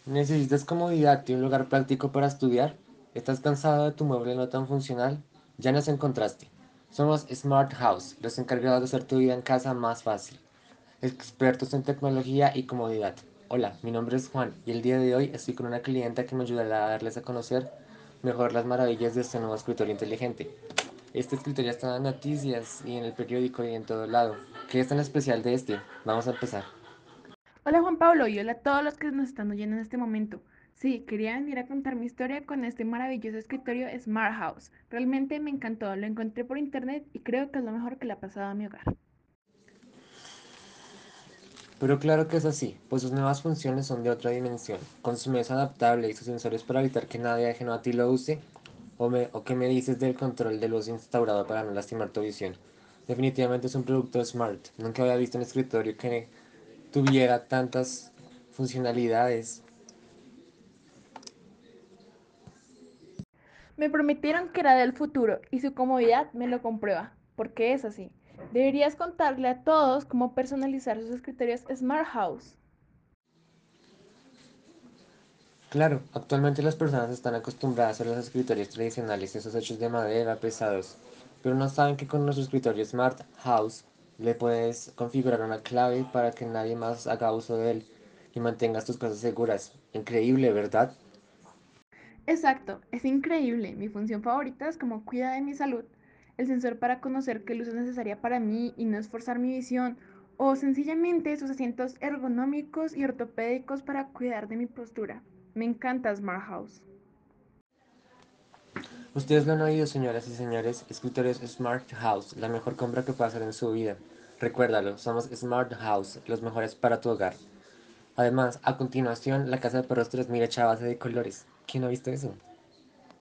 ¿Necesitas comodidad y un lugar práctico para estudiar? ¿Estás cansado de tu mueble no tan funcional? Ya nos encontraste. Somos Smart House, los encargados de hacer tu vida en casa más fácil. Expertos en tecnología y comodidad. Hola, mi nombre es Juan y el día de hoy estoy con una clienta que me ayudará a darles a conocer mejor las maravillas de este nuevo escritorio inteligente. Este escritorio está en noticias y en el periódico y en todo lado. ¿Qué es tan especial de este? Vamos a empezar. Hola Juan Pablo y hola a todos los que nos están oyendo en este momento. Sí, quería venir a contar mi historia con este maravilloso escritorio Smart House. Realmente me encantó, lo encontré por internet y creo que es lo mejor que le ha pasado a mi hogar. Pero claro que es así, pues sus nuevas funciones son de otra dimensión. Con su mesa adaptable y sus sensores para evitar que nadie ajeno a ti lo use, o qué me dices del control de luz instaurado para no lastimar tu visión. Definitivamente es un producto smart. Nunca había visto un escritorio que tuviera tantas funcionalidades. Me prometieron que era del futuro y su comodidad me lo comprueba, porque es así. Deberías contarle a todos cómo personalizar sus escritorios Smart House. Claro, actualmente las personas están acostumbradas a los escritorios tradicionales, esos hechos de madera pesados, pero no saben que con nuestro escritorio Smart House le puedes configurar una clave para que nadie más haga uso de él y mantengas tus cosas seguras. Increíble, ¿verdad? Exacto, es increíble. Mi función favorita es como cuida de mi salud. El sensor para conocer qué luz es necesaria para mí y no esforzar mi visión. O sencillamente sus asientos ergonómicos y ortopédicos para cuidar de mi postura. Me encanta Smart House. Ustedes lo han oído, señoras y señores, escritorios Smart House, la mejor compra que puede hacer en su vida. Recuérdalo, somos Smart House, los mejores para tu hogar. Además, a continuación, la casa de perros 3000 hecha a base de colores. ¿Quién no ha visto eso?